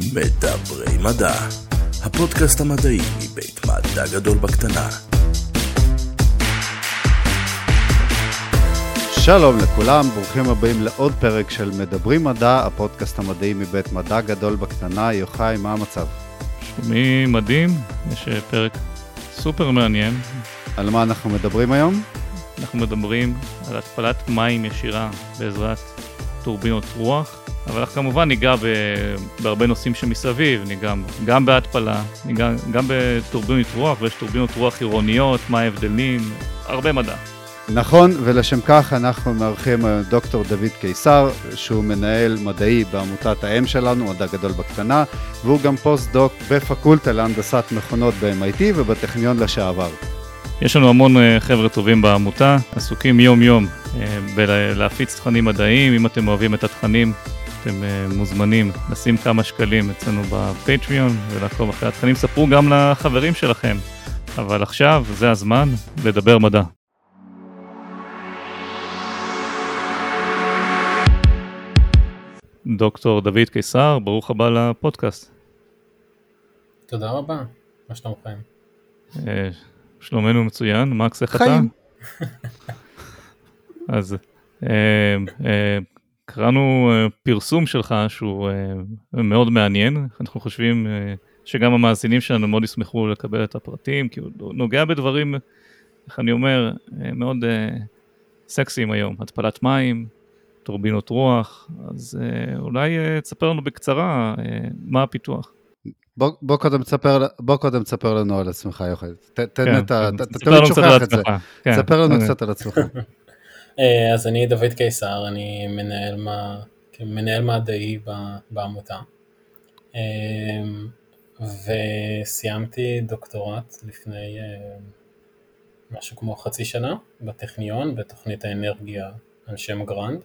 מדברי מדע, הפודקאסט המדעי מבית מדע גדול בקטנה. שלום לכולם, ברוכים הבאים לעוד פרק של מדברי מדע, הפודקאסט המדעי מבית מדע גדול בקטנה. יוחאי, מה המצב? שלומי מדהים, יש פרק סופר מעניין. על מה אנחנו מדברים היום? אנחנו מדברים על התפלת מים ישירה בעזרת טורבינות רוח, אבל אנחנו כמובן ניגע בהרבה נושאים שמסביב, ניגע גם בהתפלה, ניגע גם בטורבינות רוח, ויש טורבינות רוח עירוניות, מה ההבדלים, הרבה מדע. נכון, ולשם כך אנחנו מארחים דוקטור דוד קיסר, שהוא מנהל מדעי בעמותת האם שלנו, מדע גדול בקטנה, והוא גם פוסט-דוק בפקולטה להנדסת מכונות ב-MIT ובטכניון לשעבר. יש לנו המון חבר'ה טובים בעמותה, עסוקים יום-יום בלהפיץ תכנים מדעיים. אם אתם אוהבים את התכנים, אתם מוזמנים לשים כמה שקלים אצלנו בפטריון ולעקוב אחרי התכנים. ספרו גם לחברים שלכם, אבל עכשיו זה הזמן לדבר מדע. דוקטור דוד קיסר, ברוך הבא לפודקאסט. תודה רבה, מה שלומכם? שלומנו מצוין, מה כסך אתה? חיים. אז קראנו פרסום שלך שהוא מאוד מעניין, אנחנו חושבים שגם המאזינים שלנו מאוד ישמחו לקבל את הפרטים, כי הוא נוגע בדברים, איך אני אומר, מאוד סקסיים היום, התפלת מים, טורבינות רוח, אז אולי תספר לנו בקצרה מה הפיתוח. בוא קודם תספר לנו על עצמך, יוחאי. אתה תמיד שוכח את זה. תספר לנו קצת על עצמך. אז אני דוד קיסר, אני מנהל מדעי בעמותה, וסיימתי דוקטורט לפני משהו כמו חצי שנה בטכניון, בתוכנית האנרגיה על שם גרנד,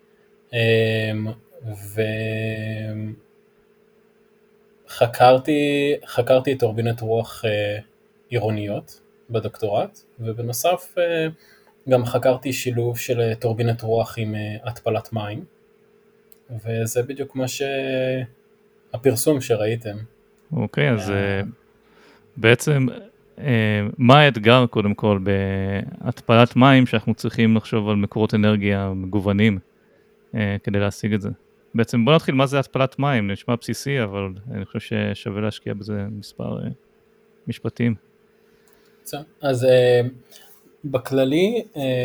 חקרתי טורבינות רוח עירוניות בדוקטורט, ובנוסף גם חקרתי שילוב של טורבינת רוח עם התפלת מים, וזה בדיוק מה הפרסום שראיתם. אוקיי, אז בעצם מה האתגר קודם כל בהתפלת מים שאנחנו צריכים לחשוב על מקורות אנרגיה מגוונים כדי להשיג את זה? בעצם בוא נתחיל מה זה התפלת מים, נשמע בסיסי, אבל אני חושב ששווה להשקיע בזה מספר משפטים. אז בכללי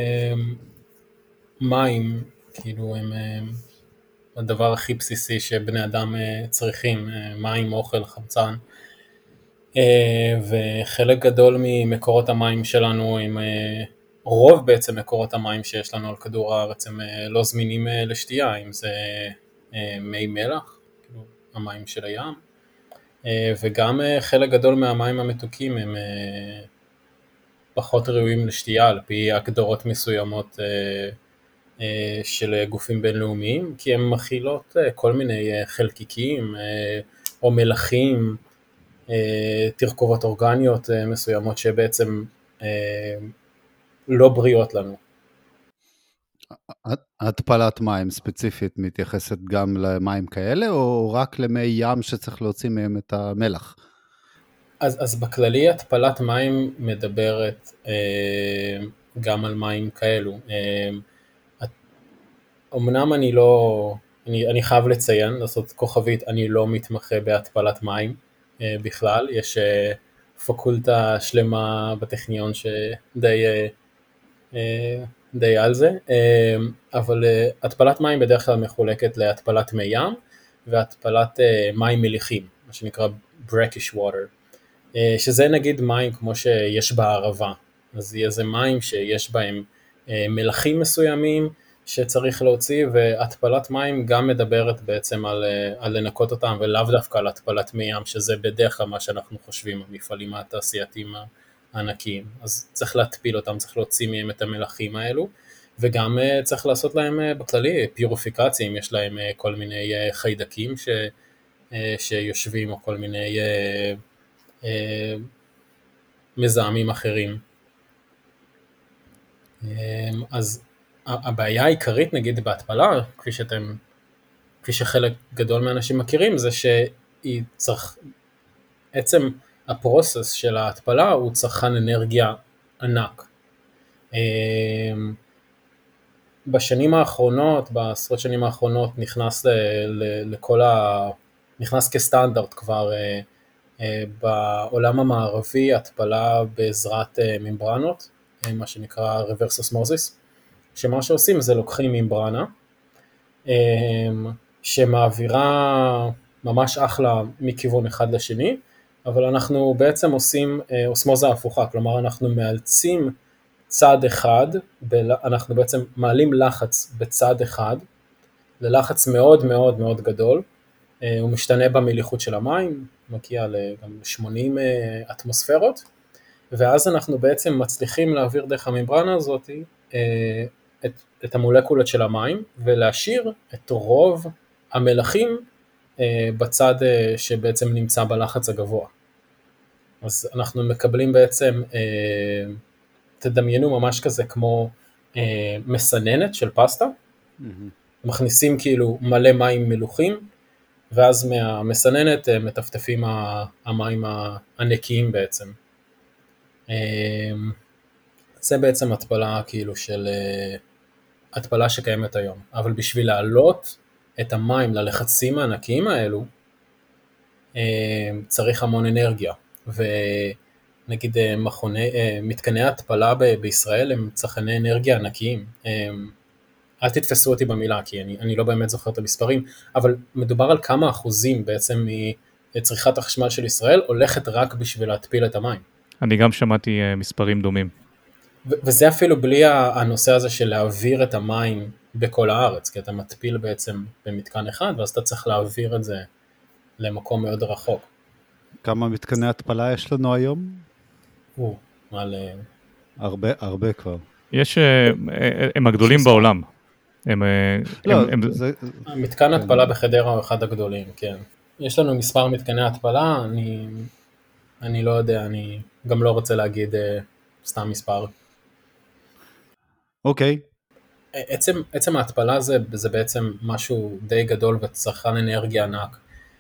מים כאילו הם הדבר הכי בסיסי שבני אדם צריכים, מים, אוכל, חמצן, וחלק גדול ממקורות המים שלנו הם רוב בעצם מקורות המים שיש לנו על כדור הארץ הם לא זמינים לשתייה, אם זה מי מלח, כאילו המים של הים, וגם חלק גדול מהמים המתוקים הם פחות ראויים לשתייה על פי הגדרות מסוימות של גופים בינלאומיים, כי הם מכילות כל מיני חלקיקים או מלחים, תרכובות אורגניות מסוימות שבעצם לא בריאות לנו. התפלת מים ספציפית מתייחסת גם למים כאלה, או רק למי ים שצריך להוציא מהם את המלח? אז בכללי התפלת מים מדברת גם על מים כאלו. אמנם אני חייב לציין, לעשות כוכבית, אני לא מתמחה בהתפלת מים בכלל, יש פקולטה שלמה בטכניון שדי על זה, אבל התפלת מים בדרך כלל מחולקת להתפלת מי ים והתפלת מים מליחים, מה שנקרא brackish water, שזה נגיד מים כמו שיש בערבה, אז יהיה זה מים שיש בהם מלחים מסוימים שצריך להוציא, והתפלת מים גם מדברת בעצם על לנקות אותם, ולאו דווקא על התפלת מי ים, שזה בדרך כלל מה שאנחנו חושבים, המפעלים התעשייתיים הענקיים, אז צריך להטפיל אותם, צריך להוציא מהם את המלחים האלו, וגם צריך לעשות להם בכללי פיורופיקציה, אם יש להם כל מיני חיידקים שיושבים, או כל מיני מזהמים אחרים. אז הבעיה העיקרית נגיד בהתפלה, כפי שחלק גדול מהאנשים מכירים, זה עצם הפרוסס של ההתפלה הוא צרכן אנרגיה ענק. בשנים האחרונות, בעשרות שנים האחרונות, נכנס כסטנדרט כבר בעולם המערבי, התפלה בעזרת ממברנות, מה שנקרא reverse osmosis, שמה שעושים זה לוקחים ממברנה, שמעבירה ממש אחלה מכיוון אחד לשני, אבל אנחנו בעצם עושים אוסמוזה הפוכה, כלומר אנחנו מאלצים צד אחד, אנחנו בעצם מעלים לחץ בצד אחד, ללחץ מאוד מאוד מאוד גדול, הוא משתנה במליחות של המים, מגיע גם ל-80 אטמוספירות, ואז אנחנו בעצם מצליחים להעביר דרך הממברנה הזאת את המולקולות של המים, ולהשאיר את רוב המלחים בצד שבעצם נמצא בלחץ הגבוה. אז אנחנו מקבלים בעצם, תדמיינו ממש כזה כמו מסננת של פסטה, מכניסים כאילו מלא מים מלוחים, ואז מהמסננת מטפטפים המים הנקיים בעצם. זה בעצם התפלה כאילו של התפלה שקיימת היום, אבל בשביל להעלות את המים ללחצים הענקיים האלו, צריך המון אנרגיה, ונגיד מתקני ההתפלה בישראל הם צרכני אנרגיה ענקיים, אל תתפסו אותי במילה, כי אני לא באמת זוכר את המספרים, אבל מדובר על כמה אחוזים בעצם מצריכת החשמל של ישראל, הולכת רק בשביל להתפיל את המים. אני גם שמעתי מספרים דומים. וזה אפילו בלי הנושא הזה של להעביר את המים בכל הארץ, כי אתה מתפיל בעצם במתקן אחד, ואז אתה צריך להעביר את זה למקום מאוד רחוק. כמה מתקני התפלה יש לנו היום? הרבה כבר. הם הגדולים בעולם. מתקן התפלה בחדרה הוא אחד הגדולים, כן. יש לנו מספר מתקני התפלה, אני לא יודע, אני גם לא רוצה להגיד סתם מספר. אוקיי. עצם ההתפלה זה בעצם משהו די גדול וצרכן אנרגיה ענק.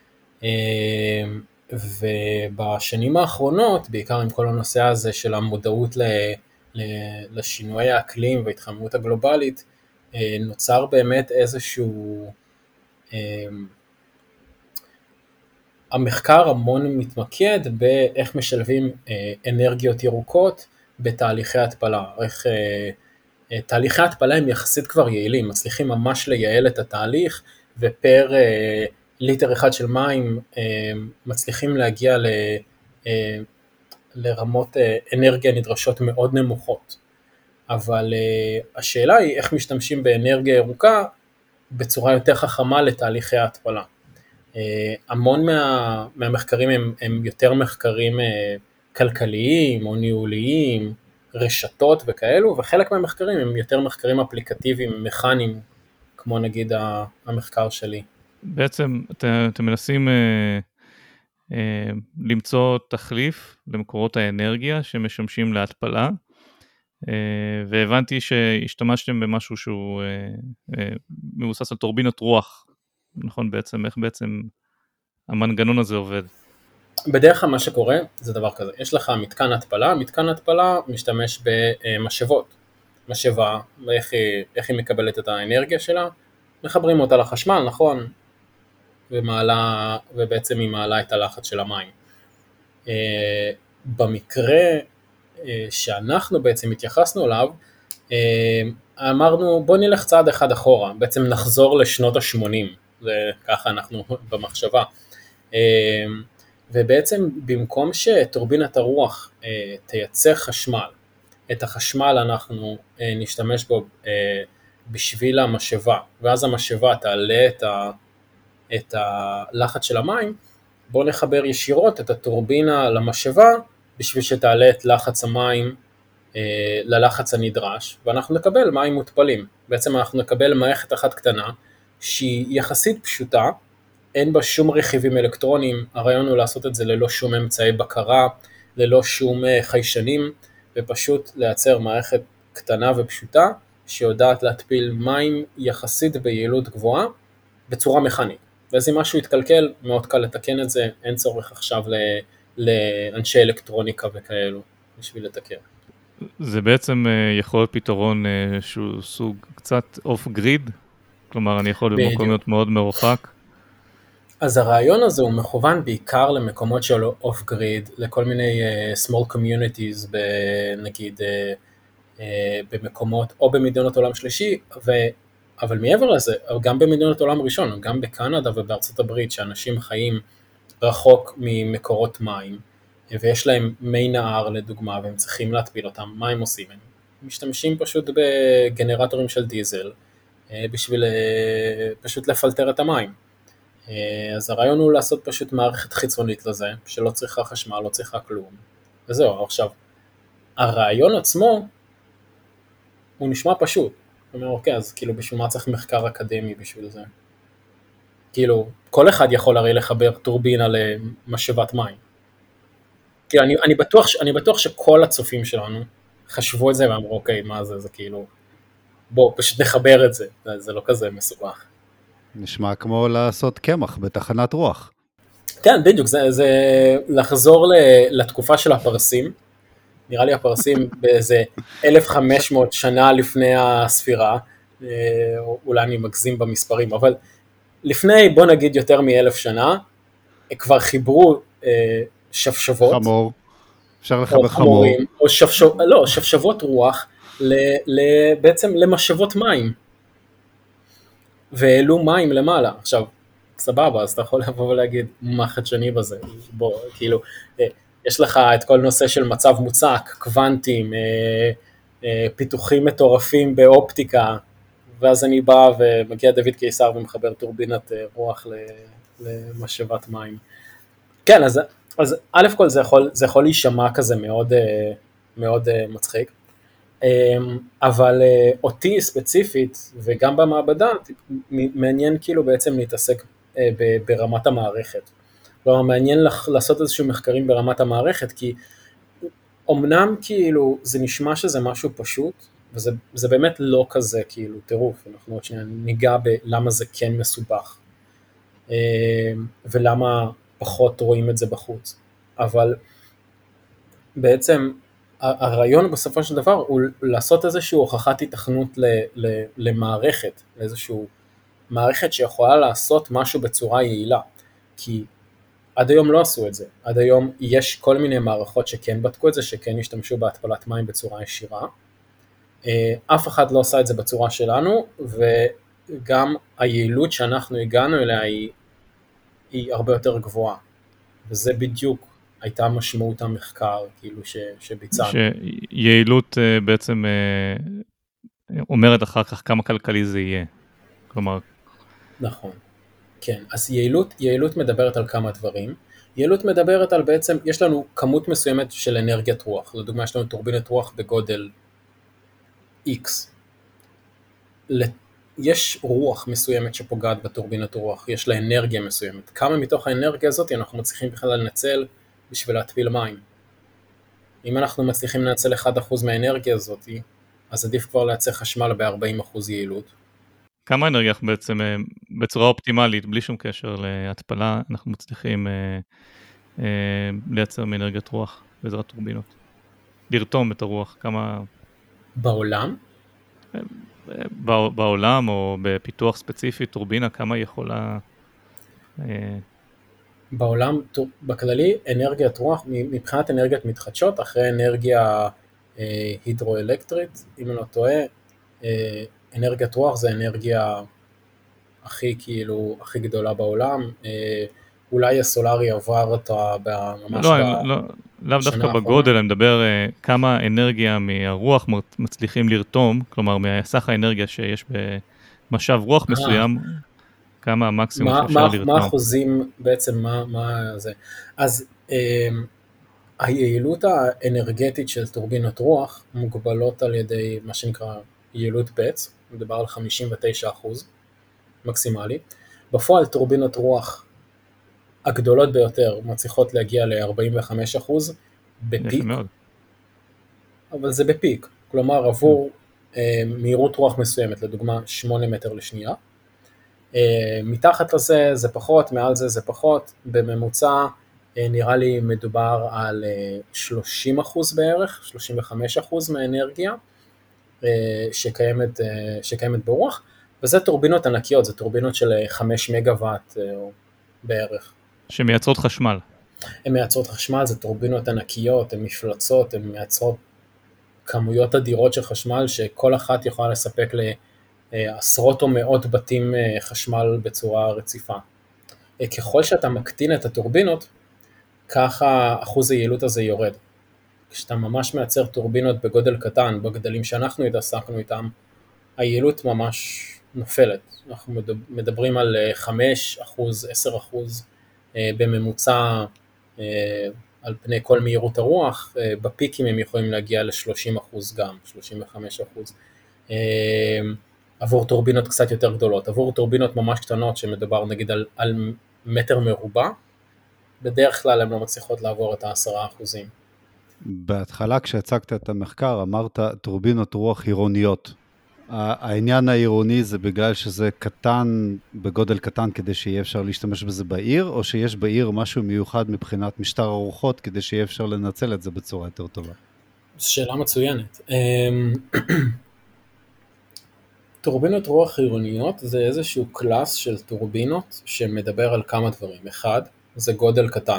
ובשנים האחרונות, בעיקר עם כל הנושא הזה של המודעות לשינוי האקלים וההתחממות הגלובלית, נוצר באמת איזשהו, המחקר המון מתמקד באיך משלבים אנרגיות ירוקות בתהליכי התפלה, איך תהליכי התפלה הם יחסית כבר יעילים, מצליחים ממש לייעל את התהליך, ופר ליטר אחד של מים מצליחים להגיע לרמות אנרגיה נדרשות מאוד נמוכות. אבל השאלה היא איך משתמשים באנרגיה ירוקה בצורה יותר חכמה לתהליכי ההתפלה. המון מהמחקרים הם יותר מחקרים כלכליים או ניהוליים, רשתות וכאלו, וחלק מהמחקרים הם יותר מחקרים אפליקטיביים, מכניים, כמו נגיד המחקר שלי. בעצם אתם מנסים למצוא תחליף למקורות האנרגיה שמשמשים להתפלה, והבנתי שהשתמשתם במשהו שהוא מבוסס על טורבינות רוח, נכון בעצם, איך בעצם המנגנון הזה עובד? בדרך כלל מה שקורה זה דבר כזה, יש לך מתקן התפלה, מתקן התפלה משתמש במשאבות, משאבה, איך היא מקבלת את האנרגיה שלה, מחברים אותה לחשמל, נכון, ובעצם היא מעלה את הלחץ של המים. במקרה שאנחנו בעצם התייחסנו אליו, אמרנו בוא נלך צעד אחד אחורה, בעצם נחזור לשנות ה-80, ככה אנחנו במחשבה, ובעצם במקום שטורבינת הרוח תייצר חשמל, את החשמל אנחנו נשתמש בו בשביל המשאבה, ואז המשאבה תעלה את הלחץ של המים, בואו נחבר ישירות את הטורבינה למשאבה, בשביל שתעלה את לחץ המים ללחץ הנדרש, ואנחנו נקבל מים מותפלים. בעצם אנחנו נקבל מערכת אחת קטנה, שהיא יחסית פשוטה, אין בה שום רכיבים אלקטרוניים, הרעיון הוא לעשות את זה ללא שום אמצעי בקרה, ללא שום חיישנים, ופשוט לייצר מערכת קטנה ופשוטה, שיודעת להתפיל מים יחסית ביעילות גבוהה, בצורה מכנית. ואז אם משהו יתקלקל, מאוד קל לתקן את זה, אין צורך עכשיו לאנשי אלקטרוניקה וכאלו, בשביל לתקן. זה בעצם יכול להיות פתרון שהוא סוג קצת אוף גריד, כלומר אני יכול במקום להיות מאוד מרוחק. אז הרעיון הזה הוא מכוון בעיקר למקומות של אוף גריד, לכל מיני small communities, נגיד במקומות או במדינות עולם שלישי, אבל מעבר לזה, גם במדינות עולם ראשון, גם בקנדה ובארצות הברית, שאנשים חיים רחוק ממקורות מים, ויש להם מי נהר לדוגמה, והם צריכים להטביל אותם, מה הם עושים? הם משתמשים פשוט בגנרטורים של דיזל, בשביל פשוט לפלטר את המים. אז הרעיון הוא לעשות פשוט מערכת חיצונית לזה, שלא צריכה חשמל, לא צריכה כלום. וזהו, עכשיו, הרעיון עצמו, הוא נשמע פשוט. הוא אומר, אוקיי, אז כאילו בשביל מה צריך מחקר אקדמי בשביל זה? כאילו, כל אחד יכול הרי לחבר טורבינה למשאבת מים. כאילו, אני בטוח שכל הצופים שלנו חשבו את זה ואמרו, אוקיי, מה זה, זה כאילו, בוא, פשוט נחבר את זה, זה לא כזה מסובך. נשמע כמו לעשות קמח בתחנת רוח. כן, בדיוק, זה לחזור לתקופה של הפרסים, נראה לי הפרסים באיזה 1500 שנה לפני הספירה, אולי אני מגזים במספרים, אבל לפני, בוא נגיד יותר מ1000 שנה, כבר חיברו שפשבות. חמור, אפשר לחבר חמור. או שפשבות רוח, בעצם למשאבות מים. והעלו מים למעלה. עכשיו, סבבה, אז אתה יכול לבוא ולהגיד, מה חדשני בזה? בוא, כאילו, יש לך את כל נושא של מצב מוצק, קוונטים, פיתוחים מטורפים באופטיקה, ואז אני בא ומגיע דוד קיסר ומחבר טורבינת רוח למשאבת מים. כן, אז א' כל זה יכול להישמע כזה מאוד, מאוד מצחיק, אבל אותי ספציפית וגם במעבדה מעניין כאילו בעצם להתעסק ברמת המערכת. כלומר, מעניין לעשות איזשהו מחקרים ברמת המערכת, כי אמנם כאילו זה נשמע שזה משהו פשוט, וזה באמת לא כזה כאילו טירוף, אנחנו עוד שניה ניגע בלמה זה כן מסובך, ולמה פחות רואים את זה בחוץ. אבל בעצם הרעיון בסופו של דבר הוא לעשות איזושהי הוכחת התכנות למערכת, לאיזושהי מערכת שיכולה לעשות משהו בצורה יעילה, כי עד היום לא עשו את זה, עד היום יש כל מיני מערכות שכן בדקו את זה, שכן השתמשו בהתפלת מים בצורה ישירה, אף אחד לא עושה את זה בצורה שלנו, וגם היעילות שאנחנו הגענו אליה היא הרבה יותר גבוהה, וזה בדיוק הייתה משמעות המחקר כאילו שביצענו. שיעילות בעצם אומרת אחר כך כמה כלכלי זה יהיה, כלומר. נכון, כן, אז יעילות מדברת על כמה דברים, יעילות מדברת על בעצם, יש לנו כמות מסוימת של אנרגיית רוח, לדוגמה יש לנו טורבינת רוח בגודל X, יש רוח מסוימת שפוגעת בטורבינת רוח, יש לה אנרגיה מסוימת, כמה מתוך האנרגיה הזאת אנחנו מצליחים בכלל לנצל בשביל להטביל מים. אם אנחנו מצליחים לנצל 1% מהאנרגיה הזאת, אז עדיף כבר לייצר חשמל ב-40% יעילות. כמה אנרגיה בעצם בצורה אופטימלית, בלי שום קשר להתפלה, אנחנו מצליחים לייצר מאנרגיית רוח בעזרת טורבינות? לרתום את הרוח, כמה... בעולם? בעולם או בפיתוח ספציפי, טורבינה, כמה יכולה... בעולם, בכללי, אנרגיית רוח, מבחינת אנרגיית מתחדשות, אחרי אנרגיה הידרואלקטרית, אם אני לא טועה, אנרגיית רוח זה אנרגיה הכי גדולה בעולם, אולי הסולארי עבר אותה ממש לאו דווקא בגודל, אני מדבר כמה אנרגיה מהרוח מצליחים לרתום, כלומר מהסך האנרגיה שיש במשאב רוח מסוים, כמה המקסימום שאפשר לרתום. מה האחוזים בעצם, מה זה? אז היעילות האנרגטית של טורבינות רוח מוגבלות על ידי מה שנקרא יעילות בץ, מדובר על 59% מקסימלי. בפועל טורבינות רוח הגדולות ביותר מצליחות להגיע ל-45% בפיק, אבל זה בפיק, כלומר עבור מהירות רוח מסוימת, לדוגמה 8 מטר לשנייה, מתחת לזה זה פחות, מעל זה זה פחות, בממוצע נראה לי מדובר על 30% בערך, 35% מהאנרגיה שקיימת ברוח, וזה טורבינות ענקיות, זה טורבינות של 5 מגוואט בערך. שמייצרות חשמל. הן מייצרות חשמל, זה טורבינות ענקיות, הן מפלצות, הן מייצרות כמויות אדירות של חשמל, שכל אחת יכולה לספק לעשרות או מאות בתים חשמל בצורה רציפה. ככל שאתה מקטין את הטורבינות, ככה אחוז היעילות הזה יורד. כשאתה ממש מייצר טורבינות בגודל קטן, בגדלים שאנחנו התעסקנו איתם, היעילות ממש נופלת. אנחנו מדברים על 5%, 10% בממוצע על פני כל מהירות הרוח, בפיקים הם יכולים להגיע ל-30% גם, 35%. עבור טורבינות קצת יותר גדולות, עבור טורבינות ממש קטנות שמדובר נגיד על מטר מרובע, בדרך כלל הן לא מצליחות לעבור את 10%. בהתחלה כשהצגת את המחקר אמרת טורבינות רוח עירוניות. העניין העירוני זה בגלל שזה קטן, בגודל קטן כדי שיהיה אפשר להשתמש בזה בעיר, או שיש בעיר משהו מיוחד מבחינת משטר הרוחות כדי שיהיה אפשר לנצל את זה בצורה יותר טובה? שאלה מצוינת. טורבינות רוח עירוניות זה איזשהו קלאס של טורבינות שמדבר על כמה דברים. אחד, זה גודל קטן.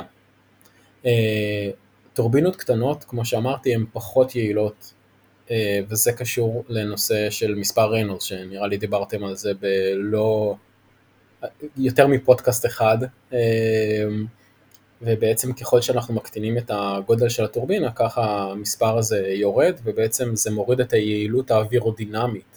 טורבינות קטנות, כמו שאמרתי, הן פחות יעילות, וזה קשור לנושא של מספר ריינולדס, שנראה לי דיברתם על זה יותר מפודקאסט אחד, ובעצם ככל שאנחנו מקטינים את הגודל של הטורבינה, ככה המספר הזה יורד, ובעצם זה מוריד את היעילות האווירודינמית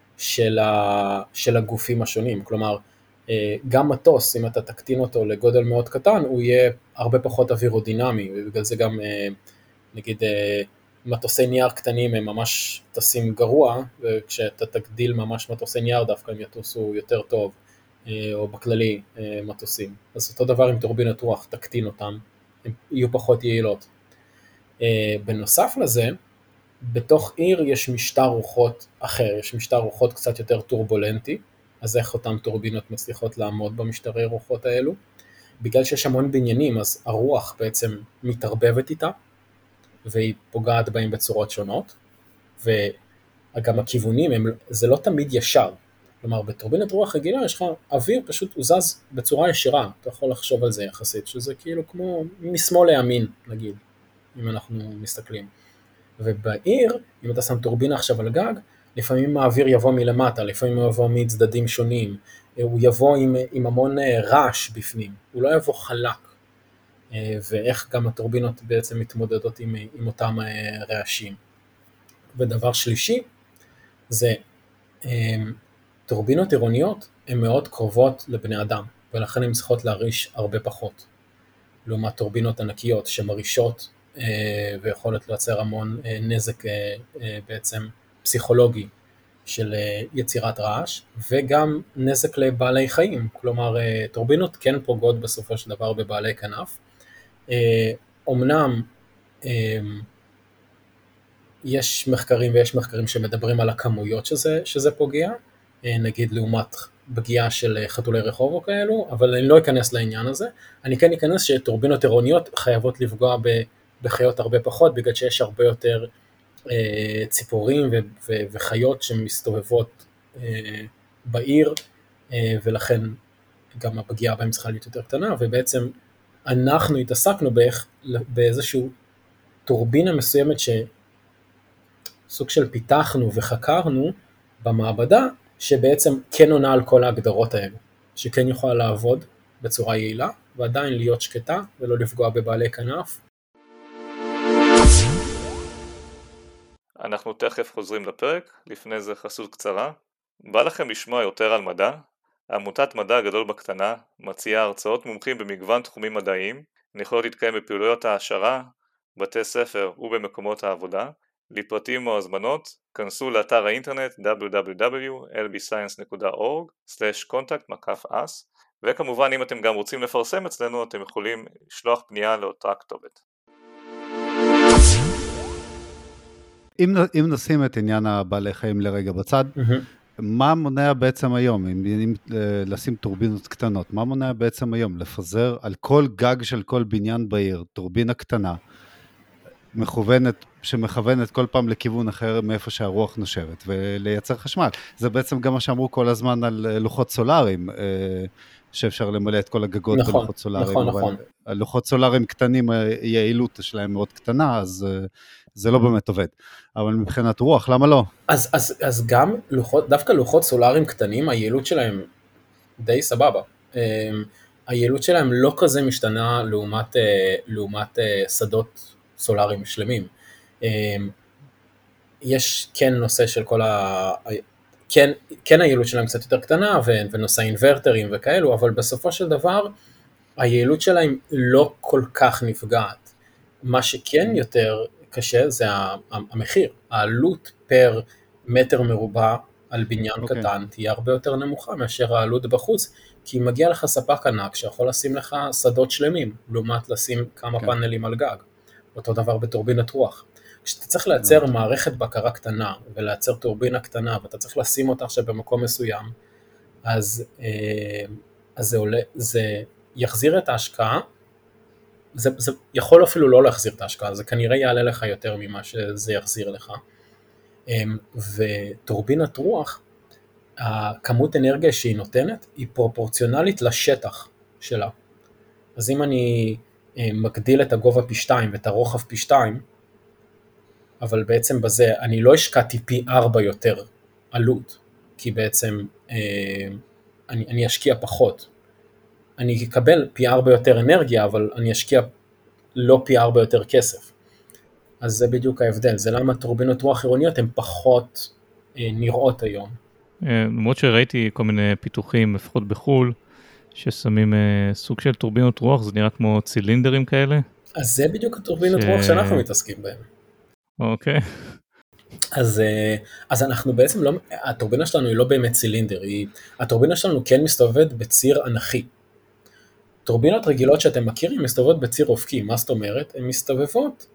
של הגופים השונים. כלומר, גם מטוס, אם אתה תקטין אותו לגודל מאוד קטן, הוא יהיה הרבה פחות אווירודינמי, ובגלל זה גם, נגיד, מטוסי נייר קטנים הם ממש טסים גרוע, וכשאתה תגדיל ממש מטוסי נייר דווקא הם יטוסו יותר טוב, או בכללי מטוסים. אז אותו דבר עם טורבינות רוח, תקטין אותם, הם יהיו פחות יעילות. בנוסף לזה, בתוך עיר יש משטר רוחות אחר, יש משטר רוחות קצת יותר טורבולנטי, אז איך אותם טורבינות מצליחות לעמוד במשטרי רוחות האלו? בגלל שיש המון בניינים, אז הרוח בעצם מתערבבת איתה, והיא פוגעת בהם בצורות שונות, וגם הכיוונים, זה לא תמיד ישר. כלומר, בטורבינת רוח רגילה יש לך אוויר פשוט הוא זז בצורה ישירה, אתה יכול לחשוב על זה יחסית, שזה כאילו כמו משמאל לימין, נגיד, אם אנחנו מסתכלים. ובעיר, אם אתה שם טורבינה עכשיו על גג, לפעמים האוויר יבוא מלמטה, לפעמים הוא יבוא מצדדים שונים, הוא יבוא עם המון רעש בפנים, הוא לא יבוא חלק, ואיך גם הטורבינות בעצם מתמודדות עם אותם רעשים. ודבר שלישי, זה טורבינות עירוניות הן מאוד קרובות לבני אדם, ולכן הן צריכות להריש הרבה פחות, לעומת טורבינות ענקיות שמרישות ויכולת לייצר המון נזק בעצם פסיכולוגי של יצירת רעש, וגם נזק לבעלי חיים, כלומר טורבינות כן פוגעות בסופו של דבר בבעלי כנף. אמנם יש מחקרים ויש מחקרים שמדברים על הכמויות שזה פוגע, נגיד לעומת פגיעה של חתולי רחוב או כאלו, אבל אני לא אכנס לעניין הזה. אני כן אכנס שטורבינות עירוניות חייבות לפגוע בחיות הרבה פחות, בגלל שיש הרבה יותר ציפורים וחיות שמסתובבות בעיר, ולכן גם הפגיעה בהם צריכה להיות יותר קטנה, ובעצם אנחנו התעסקנו באיזשהו טורבינה מסוימת שסוג של פיתחנו וחקרנו במעבדה, שבעצם כן עונה על כל ההגדרות האלה, שכן יכולה לעבוד בצורה יעילה, ועדיין להיות שקטה ולא לפגוע בבעלי כנף. אנחנו תכף חוזרים לפרק, לפני זה חסות קצרה. בא לכם לשמוע יותר על מדע? עמותת מדע גדול בקטנה מציעה הרצאות מומחים במגוון תחומים מדעיים, יכולות להתקיים בפעילויות העשרה, בתי ספר ובמקומות העבודה. לפרטים או הזמנות, כנסו לאתר האינטרנט www.lbscience.org/contact-us, וכמובן אם אתם גם רוצים לפרסם אצלנו אתם יכולים לשלוח פנייה לאותה כתובת. אם נשים את עניין הבעלי חיים לרגע בצד, מה מונע בעצם היום, אם לשים טורבינות קטנות, מה מונע בעצם היום? לפזר על כל גג של כל בניין בעיר, טורבינה קטנה, שמכוונת כל פעם לכיוון אחר מאיפה שהרוח נושבת, ולייצר חשמל. זה בעצם גם מה שאמרו כל הזמן על לוחות סולאריים, שאפשר למלא את כל הגגות בלוחות סולאריים. נכון. הלוחות סולאריים קטנים, היעילות שלהם מאוד קטנה, אז זה לא באמת עובד. אבל מבחינת רוח, למה לא? אז גם דווקא לוחות סולאריים קטנים, היעילות שלהם די סבבה. היעילות שלהם לא כזה משתנה לעומת שדות סולאריים שלמים. יש כן נושא של כן היעילות שלהם קצת יותר קטנה, ונושא אינברטרים וכאלו, אבל בסופו של דבר, היעילות שלהם לא כל כך נפגעת. מה שכן יותר קשה זה המחיר. העלות פר מטר מרובע על בניין קטן תהיה הרבה יותר נמוכה מאשר העלות בחוץ, כי מגיע לך ספק ענק שיכול לשים לך שדות שלמים, לעומת לשים כמה פאנלים על גג. אותו דבר בטורבינת רוח. כשאתה צריך לייצר מערכת בקרה קטנה, ולייצר טורבינה קטנה, ואתה צריך לשים אותה עכשיו במקום מסוים, אז זה יחזיר את ההשקעה, זה יכול אפילו לא להחזיר את ההשקעה, זה כנראה יעלה לך יותר ממה שזה יחזיר לך. וטורבינת רוח, הכמות אנרגיה שהיא נותנת, היא פרופורציונלית לשטח שלה. אז אם אני מגדיל את הגובה פי 2 ואת הרוחב פי 2, אבל בעצם בזה אני לא השקעתי פי 4 יותר עלות, כי בעצם אני אשקיע פחות. אני אקבל פי 4 יותר אנרגיה, אבל אני אשקיע לא פי 4 יותר כסף. אז זה בדיוק ההבדל, זה למה טורבינות רוח עירוניות הן פחות נראות היום. למרות שראיתי כל מיני פיתוחים, לפחות בחול, ששמים סוג של טורבינות רוח, זה נראה כמו צילינדרים כאלה. אז זה בדיוק הטורבינות רוח שאנחנו מתעסקים בהם. אוקיי. אז אנחנו בעצם לא, הטורבינה שלנו היא לא באמת צילינדר, הטורבינה שלנו כן מסתובבת בציר אנכי. טורבינות רגילות שאתם מכירים מסתובבות בציר אופקי, מה זאת אומרת? הן מסתובבות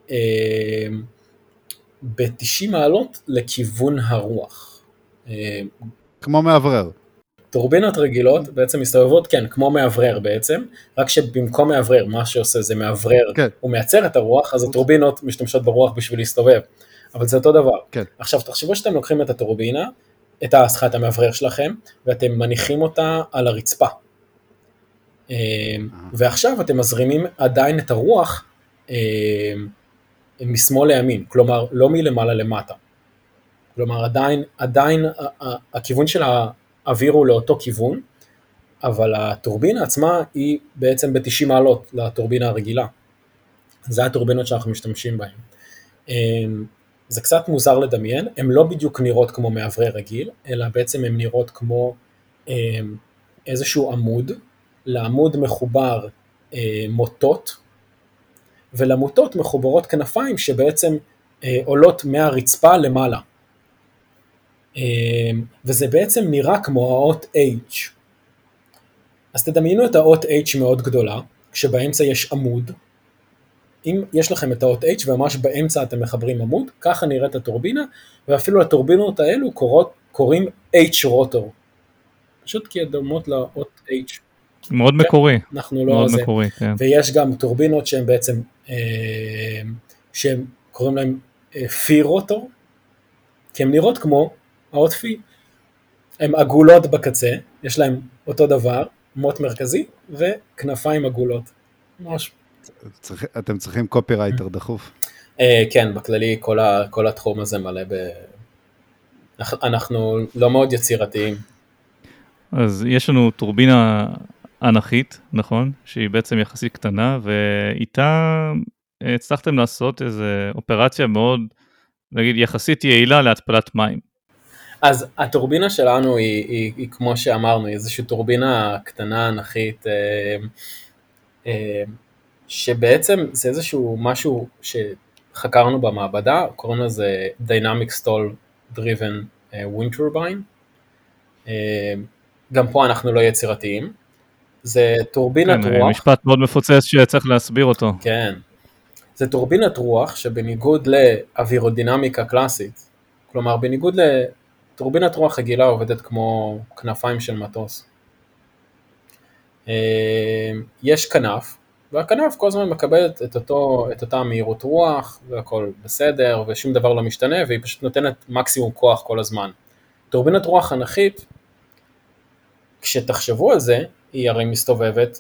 ב-90 מעלות לכיוון הרוח. כמו מעברר. טורבינות רגילות בעצם מסתובבות, כן, כמו מעברר בעצם, רק שבמקום מעברר, מה שעושה זה מעברר, הוא מייצר את הרוח, אז הטורבינות משתמשות ברוח בשביל להסתובב, אבל זה אותו דבר. עכשיו, תחשבו שאתם לוקחים את הטורבינה, את המעברר שלכם, ואתם מניחים אותה על הרצפה. ועכשיו אתם מזרימים עדיין את הרוח משמאל לימין, כלומר, לא מלמעלה למטה. כלומר, עדיין הכיוון של האוויר הוא לאותו כיוון, אבל הטורבינה עצמה היא בעצם ב-90 מעלות לטורבינה הרגילה. זה הטורבינות שאנחנו משתמשים בהן. זה קצת מוזר לדמיין, הן לא בדיוק נראות כמו מעברר רגיל, אלא בעצם הן נראות כמו איזשהו עמוד, לעמוד מחובר מוטות, ולמוטות מחוברות כנפיים שבעצם עולות מהרצפה למעלה. וזה בעצם נראה כמו האות H. אז תדמיינו את האות H מאוד גדולה, כשבאמצע יש עמוד. אם יש לכם את האות H וממש באמצע אתם מחברים עמוד, ככה נראית הטורבינה, ואפילו הטורבינות האלו קוראים H רוטור. פשוט כי הדומות לאות H. מאוד מקורי. אנחנו לא מאוד זה. מקורי, כן. ויש גם טורבינות שהן בעצם, שהם קוראים להם פי רוטור, כי הן נראות כמו האות פי. הן עגולות בקצה, יש להם אותו דבר, מוט מרכזי וכנפיים עגולות. ממש. אתם צריכים קופירייטר דחוף. כן, בכללי כל התחום הזה מלא אנחנו לא מאוד יצירתיים. אז יש לנו טורבינה אנכית, נכון? שהיא בעצם יחסית קטנה, ואיתה הצלחתם לעשות איזו אופרציה מאוד, נגיד, יחסית יעילה להתפלת מים. אז הטורבינה שלנו היא כמו שאמרנו, היא איזושהי טורבינה קטנה אנכית, שבעצם זה איזשהו משהו שחקרנו במעבדה, קוראים לזה Dynamic Stall Driven Wind Turbine. גם פה אנחנו לא יצירתיים. זה טורבינת רוח. משפט מאוד מפוצץ שצריך להסביר אותו. כן. זה טורבינת רוח שבניגוד לאווירודינמיקה קלאסית, כלומר בניגוד טורבינת רוח רגילה עובדת כמו כנפיים של מטוס. יש כנף, והכנף כל הזמן מקבלת את אותה מהירות רוח, והכל בסדר, ושום דבר לא משתנה, והיא פשוט נותנת מקסימום כוח כל הזמן. טורבינת רוח אנכית, כשתחשבו על זה, היא הרי מסתובבת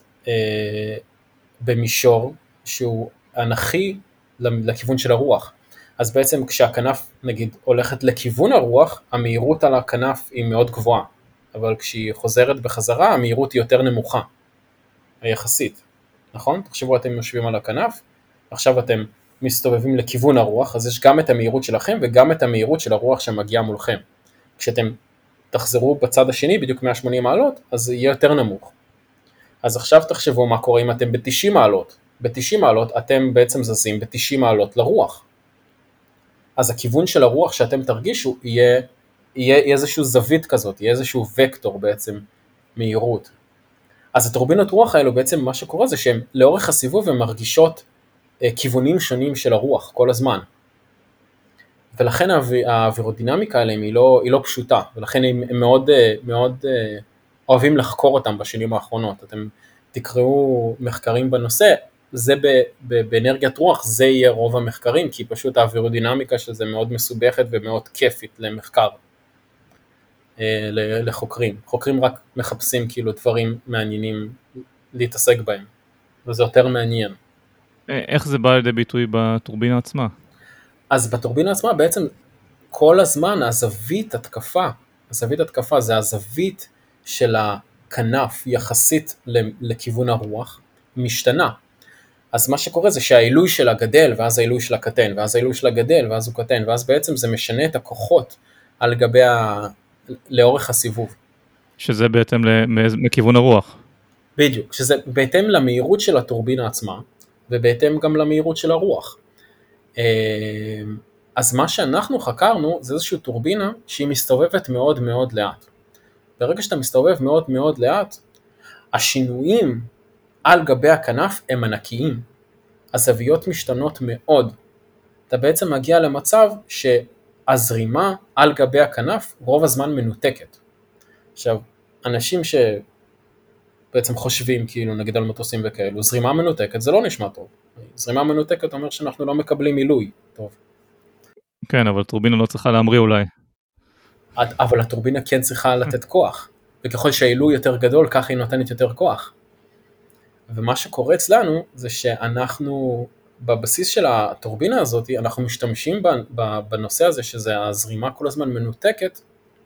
במישור שהוא אנכי לכיוון של הרוח. אז בעצם כשהכנף נגיד הולכת לכיוון הרוח, המהירות על הכנף היא מאוד גבוהה, אבל כשהיא חוזרת בחזרה, המהירות היא יותר נמוכה, היחסית, נכון? תחשבו, אתם יושבים על הכנף, עכשיו אתם מסתובבים לכיוון הרוח, אז יש גם את המהירות שלכם וגם את המהירות של הרוח שמגיעה מולכם. כשאתם תחזרו בצד השני, בדיוק 180 מעלות, אז זה יהיה יותר נמוך. אז עכשיו תחשבו מה קורה אם אתם ב-90 מעלות. ב-90 מעלות אתם בעצם זזים ב-90 מעלות לרוח. אז הכיוון של הרוח שאתם תרגישו יהיה איזשהו זווית כזאת, יהיה איזשהו וקטור בעצם מהירות. אז הטורבינות רוח האלו בעצם מה שקורה זה שהן לאורך הסיבוב הן מרגישות כיוונים שונים של הרוח כל הזמן. ולכן האווירודינמיקה עליהם היא לא פשוטה, ולכן הם מאוד אוהבים לחקור אותם בשנים האחרונות. אתם תקראו מחקרים בנושא, זה באנרגיית רוח, זה יהיה רוב המחקרים, כי פשוט האווירודינמיקה של זה מאוד מסובכת ומאוד כיפית למחקר, לחוקרים. חוקרים רק מחפשים כאילו דברים מעניינים להתעסק בהם, וזה יותר מעניין. איך זה בא לידי ביטוי בטורבינה עצמה? אז בטורבינה עצמה בעצם כל הזמן הזווית התקפה זה הזווית של הכנף יחסית לכיוון הרוח משתנה. אז מה שקורה זה שהעילוי שלה גדל, ואז העילוי שלה קטן, ואז העילוי שלה גדל, ואז הוא קטן, ואז בעצם זה משנה את הכוחות על גבי לאורך הסיבוב. שזה בעצם מכיוון הרוח. בדיוק, שזה בהתאם למהירות של הטורבינה עצמה, ובהתאם גם למהירות של הרוח. אז מה שאנחנו חקרנו זה איזושהי טורבינה שהיא מסתובבת מאוד מאוד לאט. ברגע שאתה מסתובב מאוד מאוד לאט, השינויים על גבי הכנף הם ענקיים. הזוויות משתנות מאוד. אתה בעצם מגיע למצב שהזרימה על גבי הכנף רוב הזמן מנותקת. עכשיו, אנשים שבעצם חושבים כאילו נגיד על מטוסים וכאלו, זרימה מנותקת זה לא נשמע טוב. זרימה מנותקת אומר שאנחנו לא מקבלים מילוי טוב. כן, אבל טורבינה לא צריכה להמריא אולי. אבל הטורבינה כן צריכה לתת כוח, וככל שהעילוי יותר גדול, ככה היא נותנת יותר כוח. ומה שקורה אצלנו, זה שאנחנו, בבסיס של הטורבינה הזאת, אנחנו משתמשים בנושא הזה, שזה הזרימה כל הזמן מנותקת,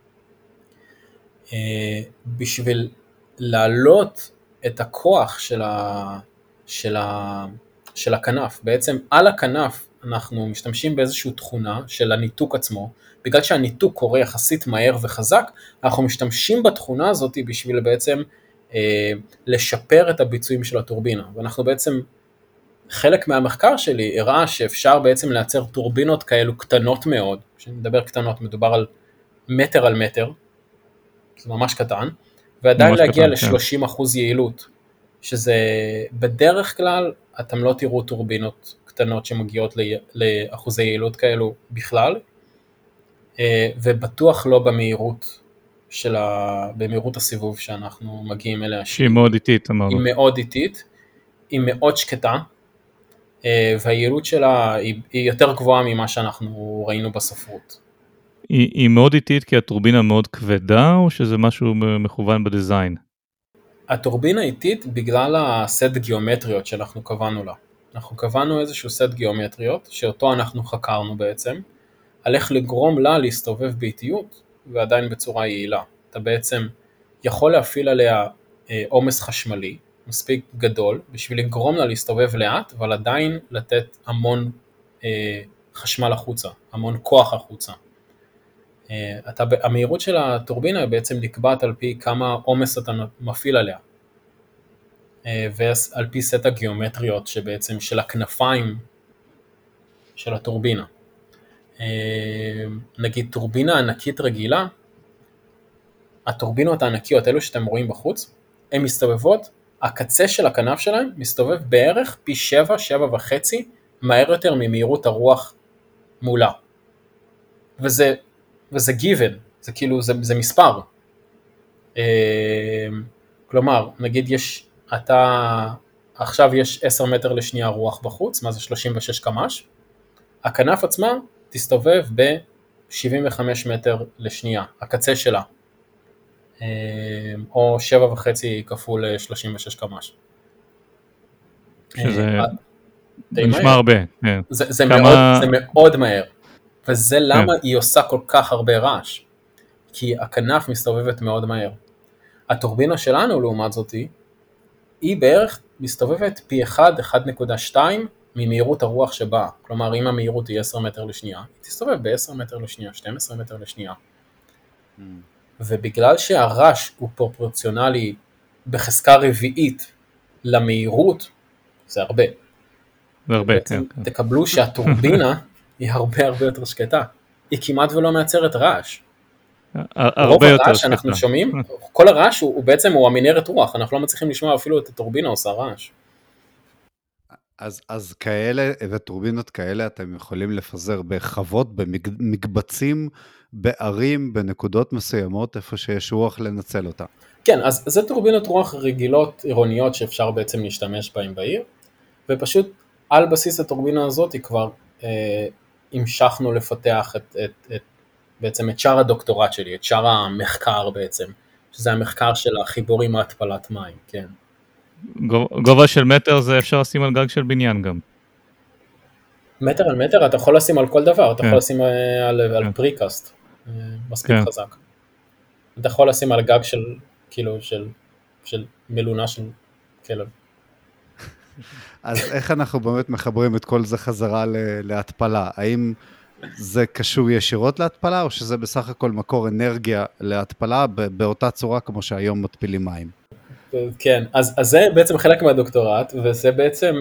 בשביל להעלות את הכוח של הכנף. בעצם על הכנף, אנחנו משתמשים באיזושהי תכונה של הניתוק עצמו, בגלל שהניתוק קורה יחסית מהר וחזק, אנחנו משתמשים בתכונה הזאת בשביל בעצם לשפר את הביצועים של הטורבינה, ואנחנו בעצם, חלק מהמחקר שלי הראה שאפשר בעצם לייצר טורבינות כאלו קטנות מאוד, כשנדבר קטנות מדובר על מטר, זה ממש קטן, ועדיין להגיע ל-30% יעילות, שזה בדרך כלל אתם לא תראו טורבינות קטנות שמגיעות לאחוזי יעילות כאלו בכלל, ובטוח לא במהירות הסיבוב שאנחנו מגיעים אליה. שהיא מאוד איטית, אמרנו. היא מאוד איטית, היא מאוד שקטה, והיעילות שלה היא יותר גבוהה ממה שאנחנו ראינו בספרות. היא מאוד איטית כי הטורבינה מאוד כבדה, או שזה משהו מכוון בדיזיין? הטורבינה איטית בגלל הסט גיאומטריות שאנחנו קבענו לה. אנחנו קבענו איזשהו סט גיאומטריות, שאותו אנחנו חקרנו בעצם, על איך לגרום לה להסתובב באיטיות, ועדיין בצורה יעילה. אתה בעצם יכול להפעיל עליה עומס חשמלי, מספיק גדול, בשביל לגרום לה להסתובב לאט, אבל עדיין לתת המון חשמל החוצה, המון כוח החוצה. המהירות של הטורבינה בעצם נקבעת על פי כמה עומס אתה מפעיל עליה, ועל פי סט הגיאומטריות שבעצם של הכנפיים של הטורבינה. נגיד טורבינה ענקית רגילה, הטורבינות הענקיות, אלו שאתם רואים בחוץ, הן מסתובבות, הקצה של הכנף שלהם מסתובב בערך פי 7.5 מהר יותר ממהירות הרוח מולה. וזה given, זה כאילו, זה מספר. כלומר, נגיד עכשיו יש 10 מטר לשנייה רוח בחוץ, מה זה 36 קמ"ש, הכנף עצמה תסתובב ב-75 מטר לשנייה, הקצה שלה, או 7.5 כפול 36 קמ"ש. שזה נשמע הרבה. זה מאוד מהר, וזה למה היא עושה כל כך הרבה רעש, כי הכנף מסתובבת מאוד מהר. הטורבינה שלנו לעומת זאת היא בערך מסתובבת פי 1.2 ממהירות הרוח שבאה. כלומר, אם המהירות היא 10 מטר לשנייה, היא תסתובב ב-10 מטר לשנייה, 12 מטר לשנייה. ובגלל שהרעש הוא פרופורציונלי בחזקה רביעית למהירות, זה הרבה. זה הרבה, כן. תקבלו שהטורבינה היא הרבה יותר שקטה. היא כמעט ולא מייצרת רעש. רוב הרעש שאנחנו שומעים, כל הרעש הוא בעצם המנהרת רוח, אנחנו לא מצליחים לשמוע אפילו את הטורבינה עושה רעש. אז כאלה וטורבינות כאלה אתם יכולים לפזר בחוות, במקבצים, בערים, בנקודות מסוימות, איפה שיש רוח לנצל אותה. כן, אז זה טורבינות רוח רגילות, עירוניות, שאפשר בעצם להשתמש בהן בעיר, ופשוט על בסיס הטורבינה הזאת כבר המשכנו לפתח בעצם את שאר הדוקטורט שלי, את שאר המחקר בעצם, שזה המחקר של החיבור עם ההתפלת מים, כן. גובה של מטר זה אפשר לשים על גג של בניין גם. מטר על מטר אתה יכול לשים על כל דבר, אתה יכול לשים על פריקאסט, מספיק חזק. אתה יכול לשים על גג של, כאילו, של מלונה של כלב. אז איך אנחנו באמת מחברים את כל זה חזרה להתפלה? האם זה קשור ישירות להתפלה, או שזה בסך הכל מקור אנרגיה להתפלה באותה צורה כמו שהיום מתפילים מים? כן, אז זה בעצם חלק מהדוקטורט, וזה בעצם,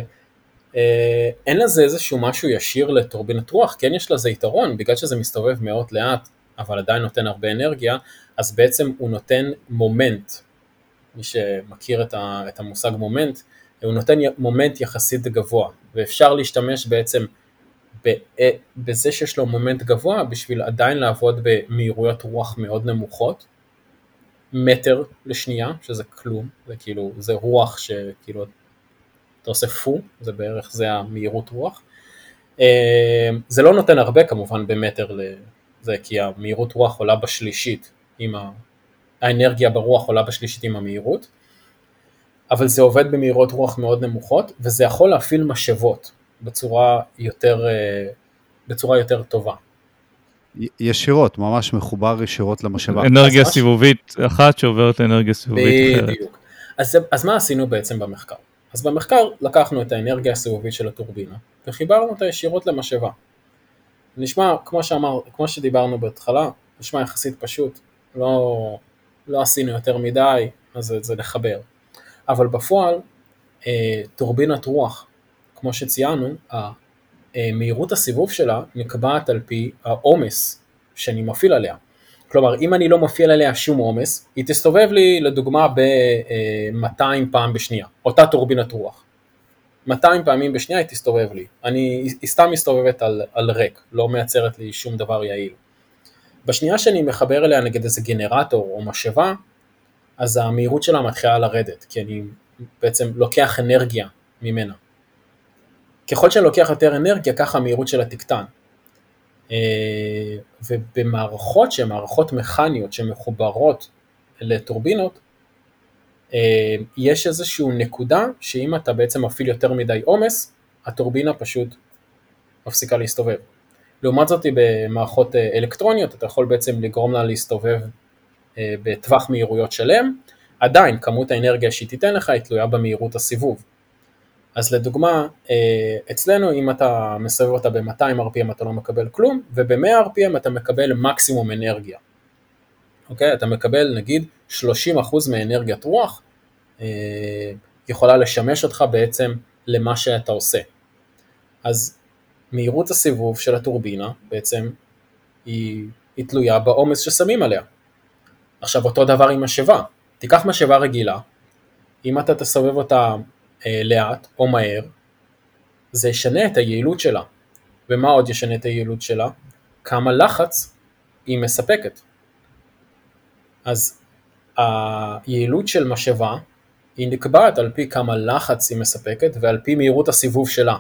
אין לזה איזשהו משהו ישיר לטורבינת רוח, כן יש לזה יתרון, בגלל שזה מסתובב מאוד לאט, אבל עדיין נותן הרבה אנרגיה, אז בעצם הוא נותן מומנט, מי שמכיר את המושג מומנט, הוא נותן מומנט יחסית גבוה, ואפשר להשתמש בעצם בזה שיש לו מומנט גבוה, בשביל עדיין לעבוד במהירויות רוח מאוד נמוכות, מטר לשנייה, שזה כלום, זה כאילו, זה רוח שכאילו, אתה עושה פו, זה בערך, זה המהירות רוח. זה לא נותן הרבה כמובן במטר לזה, כי המהירות רוח עולה בשלישית, האנרגיה ברוח עולה בשלישית עם המהירות, אבל זה עובד במהירות רוח מאוד נמוכות, וזה יכול להפעיל משאבות בצורה יותר טובה. ישירות, ממש מחובר ישירות למשאבה. אנרגיה סיבובית אחת שעוברת לאנרגיה סיבובית אחרת. בדיוק. אז מה עשינו בעצם במחקר? אז במחקר לקחנו את האנרגיה הסיבובית של הטורבינה, וחיברנו אותה ישירות למשאבה. נשמע, כמו שדיברנו בהתחלה, נשמע יחסית פשוט, לא עשינו יותר מדי, אז זה לחבר. אבל בפועל, טורבינת רוח, כמו שציינו, מהירות הסיבוב שלה נקבעת על פי העומס שאני מפעיל עליה. כלומר, אם אני לא מפעיל עליה שום עומס, היא תסתובב לי לדוגמה ב-200 פעם בשנייה, אותה טורבינת רוח. 200 פעמים בשנייה היא תסתובב לי. היא סתם מסתובבת על ריק, לא מייצרת לי שום דבר יעיל. בשנייה שאני מחבר אליה נגד איזה גנרטור או משאבה, אז המהירות שלה מתחילה לרדת, כי אני בעצם לוקח אנרגיה ממנה. ככל שאני לוקח יותר אנרגיה, ככה המהירות שלה תקטן. ובמערכות שהן מערכות מכניות שמחוברות לטורבינות, יש איזשהו נקודה שאם אתה בעצם מפעיל יותר מדי עומס, הטורבינה פשוט מפסיקה להסתובב. לעומת זאת במערכות אלקטרוניות, אתה יכול בעצם לגרום לה להסתובב בטווח מהירויות שלם, עדיין כמות האנרגיה שהיא תיתן לך היא תלויה במהירות הסיבוב. אז לדוגמה, אצלנו אם אתה מסובב אותה ב-200 RPM אתה לא מקבל כלום, וב-100 RPM אתה מקבל מקסימום אנרגיה. אוקיי? אתה מקבל נגיד 30% מאנרגיית רוח, יכולה לשמש אותך בעצם למה שאתה עושה. אז מהירות הסיבוב של הטורבינה בעצם היא תלויה בעומס ששמים עליה. עכשיו אותו דבר עם משאבה, תיקח משאבה רגילה, אם אתה תסובב אותה לאט או מהר, זה ישנה את היעילות שלה. ומה עוד ישנה את היעילות שלה? כמה לחץ היא מספקת. אז היעילות של משאבה היא נקבעת על פי כמה לחץ היא מספקת ועל פי מהירות הסיבוב שלה.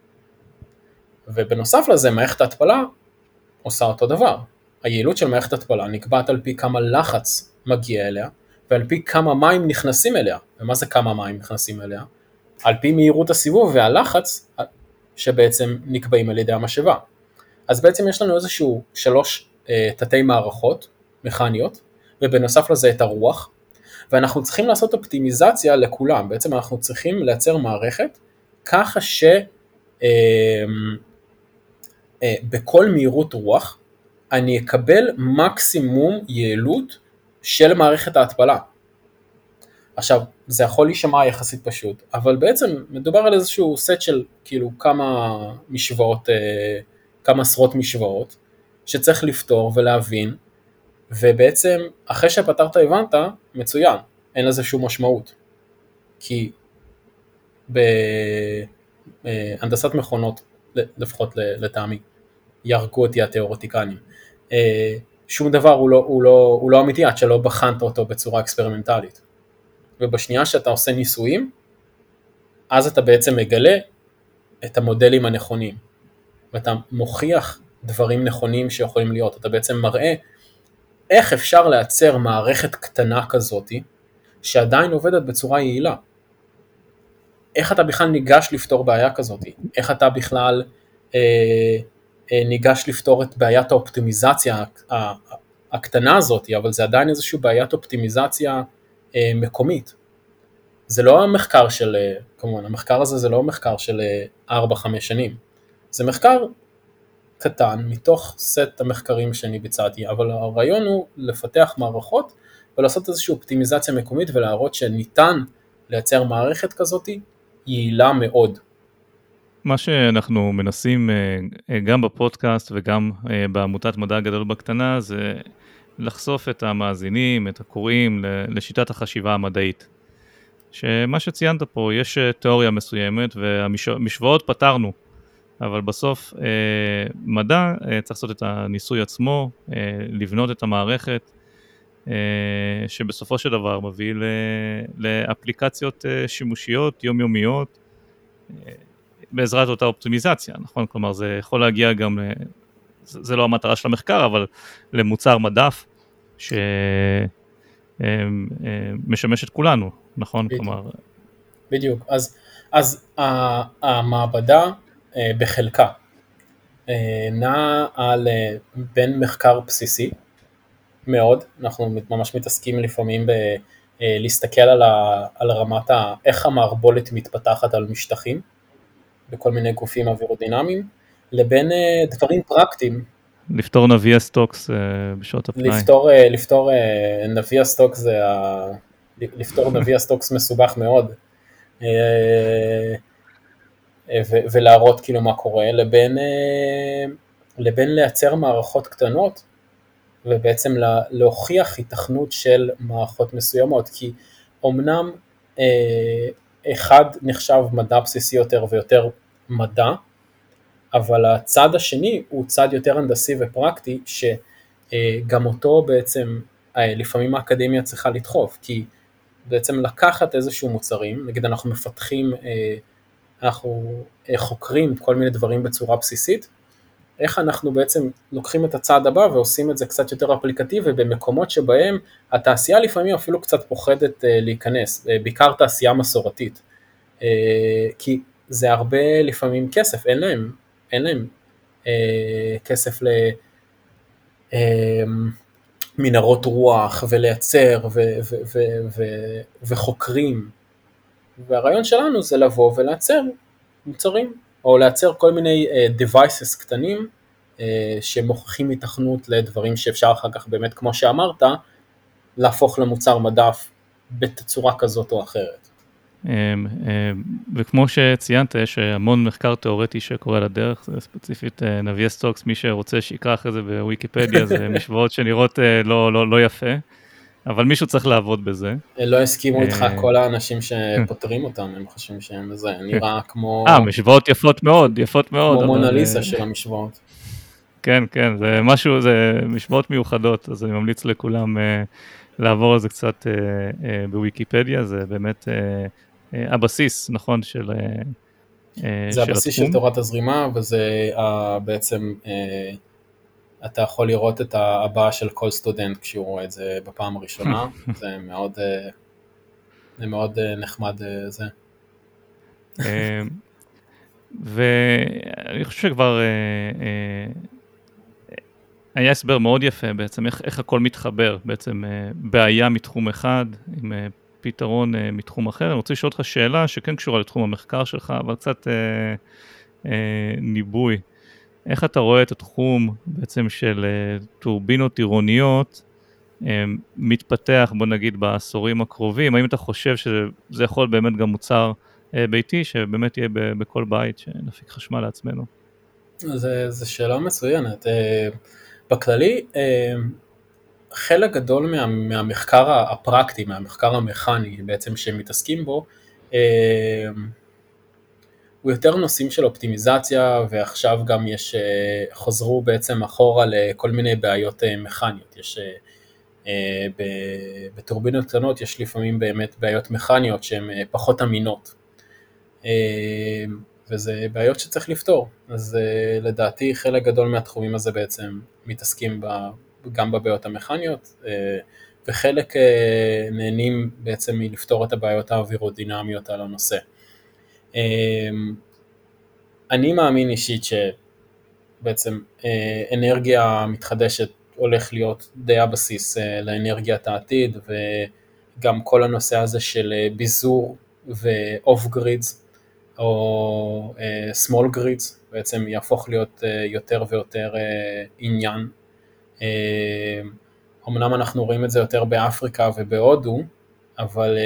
ובנוסף לזה, מערכת ההתפלה עושה אותו דבר. היעילות של מערכת ההתפלה נקבעת על פי כמה לחץ מגיע אליה, ועל פי כמה מים נכנסים אליה. ומה זה כמה מים נכנסים אליה? על פי מהירות הסיבוב והלחץ שבעצם נקבעים על ידי המשאבה. אז בעצם יש לנו איזשהו 3 תתי מערכות מכניות, ובנוסף לזה את הרוח, ואנחנו צריכים לעשות אופטימיזציה לכולם. בעצם אנחנו צריכים לייצר מערכת ככה בכל מהירות רוח אני אקבל מקסימום יעילות של מערכת ההתפלה. עכשיו, זה יכול להישמע יחסית פשוט, אבל בעצם מדובר על איזשהו סט של כאילו כמה משוואות, כמה עשרות משוואות, שצריך לפתור ולהבין, ובעצם אחרי שפתרת הבנת, מצוין, אין לזה שום משמעות. כי בהנדסת מכונות, לפחות לטעמי, ירגו אותי התיאורטיקנים. שום דבר הוא לא אמיתי עד שלא בחנת אותו בצורה אקספרימנטלית. ובשנייה שאתה עושה ניסויים, אז אתה בעצם מגלה את המודלים הנכונים. ואתה מוכיח דברים נכונים שיכולים להיות. אתה בעצם מראה איך אפשר לייצר מערכת קטנה כזאת, שעדיין עובדת בצורה יעילה. איך אתה בכלל ניגש לפתור בעיה כזאת? איך אתה בכלל ניגש לפתור את בעיית האופטימיזציה הקטנה הזאת, אבל זה עדיין איזושהי בעיית אופטימיזציה מקומית. זה לא המחקר של, כמובן, המחקר הזה זה לא מחקר של 4-5 שנים. זה מחקר קטן מתוך סט המחקרים שאני ביצעתי, אבל הרעיון הוא לפתח מערכות ולעשות איזושהי אופטימיזציה מקומית ולהראות שניתן לייצר מערכת כזאת יעילה מאוד. מה שאנחנו מנסים גם בפודקאסט וגם בעמותת מדע גדול בקטנה זה לחשוף את המאזינים, את הקוראים לשיטת החשיבה המדעית. שמה שציינת פה, יש תיאוריה מסוימת והמשוואות פתרנו, אבל בסוף מדע צריך לעשות את הניסוי עצמו, לבנות את המערכת, שבסופו של דבר מביא לאפליקציות שימושיות, יומיומיות, בעזרת אותה אופטימיזציה, נכון? כלומר, זה יכול להגיע גם, זה לא המטרה של המחקר, אבל למוצר מדף שמשמש את כולנו, נכון? בדיוק. כלומר... בדיוק. אז המעבדה בחלקה נעה על בין מחקר בסיסי מאוד, אנחנו ממש מתעסקים לפעמים להסתכל על רמת איך המערבולת מתפתחת על משטחים, בכל מיני גופים אווירודינמיים, לבין דברים פרקטיים. לפתור נביא סטוקס בשעות הפנאי. לפתור נביא סטוקס לפתור נביא סטוקס מסובך מאוד, ולהראות כאילו מה קורה, לבין לייצר מערכות קטנות, ובעצם להוכיח התכנות של מערכות מסוימות, כי אמנם אחד נחשב מדע בסיסי יותר ויותר מדע, אבל הצד השני הוא צד יותר הנדסי ופרקטי, שגם אותו בעצם לפעמים האקדמיה צריכה לדחוף, כי בעצם לקחת איזשהו מוצרים, נגיד אנחנו מפתחים, אנחנו חוקרים כל מיני דברים בצורה בסיסית, איך אנחנו בעצם לוקחים את הצעד הבא ועושים את זה קצת יותר אפליקטיבי, במקומות שבהם התעשייה לפעמים אפילו קצת פוחדת להיכנס, בעיקר תעשייה מסורתית, כי זה הרבה לפעמים כסף, אין להם כסף למנהרות רוח ולייצר וחוקרים, והרעיון שלנו זה לבוא ולייצר מוצרים, או לייצר כל מיני devices קטנים שמוכיחים התכנות לדברים שאפשר אחר כך באמת, כמו שאמרת, להפוך למוצר מדף בתצורה כזאת או אחרת. וכמו שציינת, יש המון מחקר תיאורטי שקורה לדרך, זה ספציפית נביא סטוקס, מי שרוצה שיקרא אחרי זה בוויקיפדיה, זה משוואות שנראות לא יפה, אבל מישהו צריך לעבוד בזה. לא הסכימו איתך כל האנשים שפותרים אותם, הם חושבים שהם זה, נראה כמו... משוואות יפות מאוד, יפות מאוד. כמו מונליסה של המשוואות. כן, כן, זה משהו, זה משמעות מיוחדות, אז אני ממליץ לכולם לעבור על זה קצת בוויקיפדיה, זה באמת הבסיס, נכון, של זה הבסיס של התחום. תורת הזרימה, וזה בעצם, אתה יכול לראות את הבאה של כל סטודנט כשהוא רואה את זה בפעם הראשונה, זה מאוד נחמד זה. ואני חושב שכבר היה הסבר מאוד יפה בעצם, איך הכל מתחבר, בעצם בעיה מתחום אחד, עם פתרון מתחום אחר. אני רוצה לשאול אותך שאלה שכן קשורה לתחום המחקר שלך, אבל קצת ניבוי. איך אתה רואה את התחום בעצם של טורבינות עירוניות מתפתח, בוא נגיד, בעשורים הקרובים? האם אתה חושב שזה יכול באמת גם מוצר ביתי, שבאמת יהיה בכל בית, שנפיק חשמל לעצמנו? זו שאלה מצוינת. בכללי, חלק גדול מהמחקר הפרקטי, מהמחקר המכני בעצם שמתעסקים בו, הוא יותר נושאים של אופטימיזציה, ועכשיו גם חוזרו בעצם אחורה לכל מיני בעיות מכניות. יש בטורבינות קטנות יש לפעמים באמת בעיות מכניות שהן פחות אמינות, וזה בעיות שצריך לפתור. אז לדעתי חלק גדול מהתחומים הזה בעצם מתעסקים גם בבעיות המכניות, וחלק נהנים בעצם מלפתור את הבעיות האווירודינמיות על הנושא. אני מאמין אישית שבעצם אנרגיה מתחדשת הולך להיות די הבסיס לאנרגיית העתיד, וגם כל הנושא הזה של ביזור ו-off grids או small grids בעצם יהפוך להיות יותר ויותר עניין. אמנם אנחנו רואים את זה יותר באפריקה ובהודו, אבל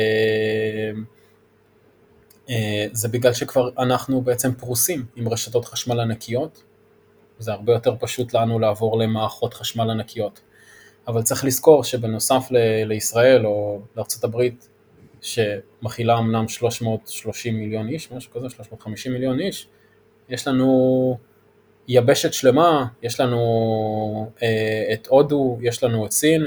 זה בגלל שכבר אנחנו בעצם פרוסים עם רשתות חשמל ענקיות, זה הרבה יותר פשוט לנו לעבור למערכות חשמל ענקיות. אבל צריך לזכור שבנוסף לישראל או לארצות הברית, שמכילה אמנם 330 מיליון איש, משהו כזה, 350 מיליון איש, יש לנו יבשת שלמה, יש לנו את הודו, יש לנו את סין,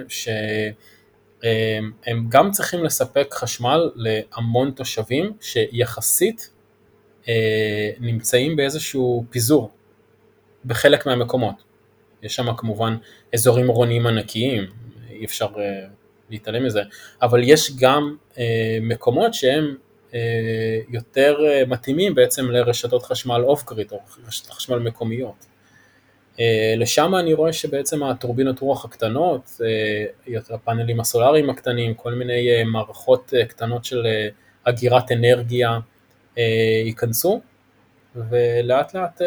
הם גם צריכים לספק חשמל להמון תושבים שיחסית נמצאים באיזשהו פיזור בחלק מהמקומות. יש שם כמובן אזורים עירוניים ענקיים, אי אפשר להתעלם מזה, אבל יש גם מקומות שהם יותר מתאימים בעצם לרשתות חשמל אוף-גריד או רשתות חשמל מקומיות. לשם אני רואה שבעצם הטורבינות רוח הקטנות, הפאנלים הסולריים הקטנים, כל מיני מערכות קטנות של אגירת אנרגיה ייכנסו, ולאט לאט